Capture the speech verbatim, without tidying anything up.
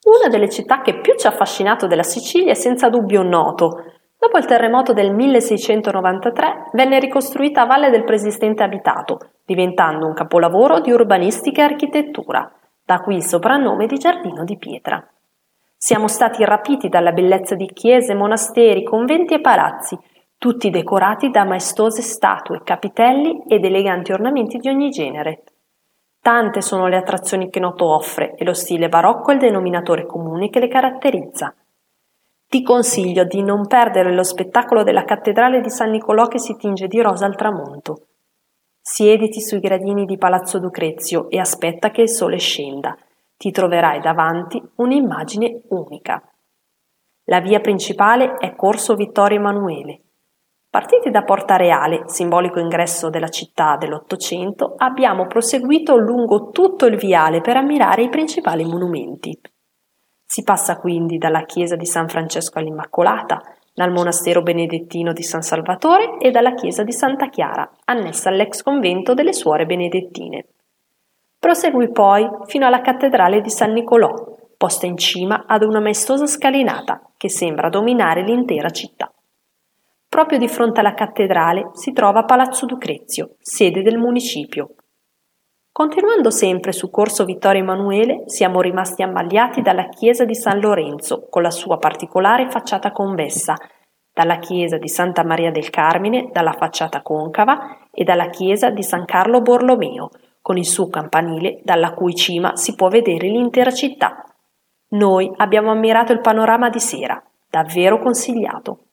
Una delle città che più ci ha affascinato della Sicilia è senza dubbio Noto. Dopo il terremoto del milleseicentonovantatré venne ricostruita a valle del preesistente abitato, diventando un capolavoro di urbanistica e architettura, da qui il soprannome di Giardino di Pietra. Siamo stati rapiti dalla bellezza di chiese, monasteri, conventi e palazzi, tutti decorati da maestose statue, capitelli ed eleganti ornamenti di ogni genere. Tante sono le attrazioni che Noto offre e lo stile barocco è il denominatore comune che le caratterizza. Ti consiglio di non perdere lo spettacolo della cattedrale di San Nicolò che si tinge di rosa al tramonto. Siediti sui gradini di Palazzo Lucrezio e aspetta che il sole scenda. Ti troverai davanti un'immagine unica. La via principale è Corso Vittorio Emanuele. Partiti da Porta Reale, simbolico ingresso della città dell'Ottocento, abbiamo proseguito lungo tutto il viale per ammirare i principali monumenti. Si passa quindi dalla chiesa di San Francesco all'Immacolata, dal monastero benedettino di San Salvatore e dalla chiesa di Santa Chiara, annessa all'ex convento delle Suore Benedettine. Prosegui poi fino alla cattedrale di San Nicolò, posta in cima ad una maestosa scalinata che sembra dominare l'intera città. Proprio di fronte alla cattedrale si trova Palazzo Lucrezio, sede del municipio. Continuando sempre su Corso Vittorio Emanuele, siamo rimasti ammaliati dalla chiesa di San Lorenzo, con la sua particolare facciata convessa, dalla chiesa di Santa Maria del Carmine, dalla facciata concava, e dalla chiesa di San Carlo Borromeo, con il suo campanile dalla cui cima si può vedere l'intera città. Noi abbiamo ammirato il panorama di sera, davvero consigliato.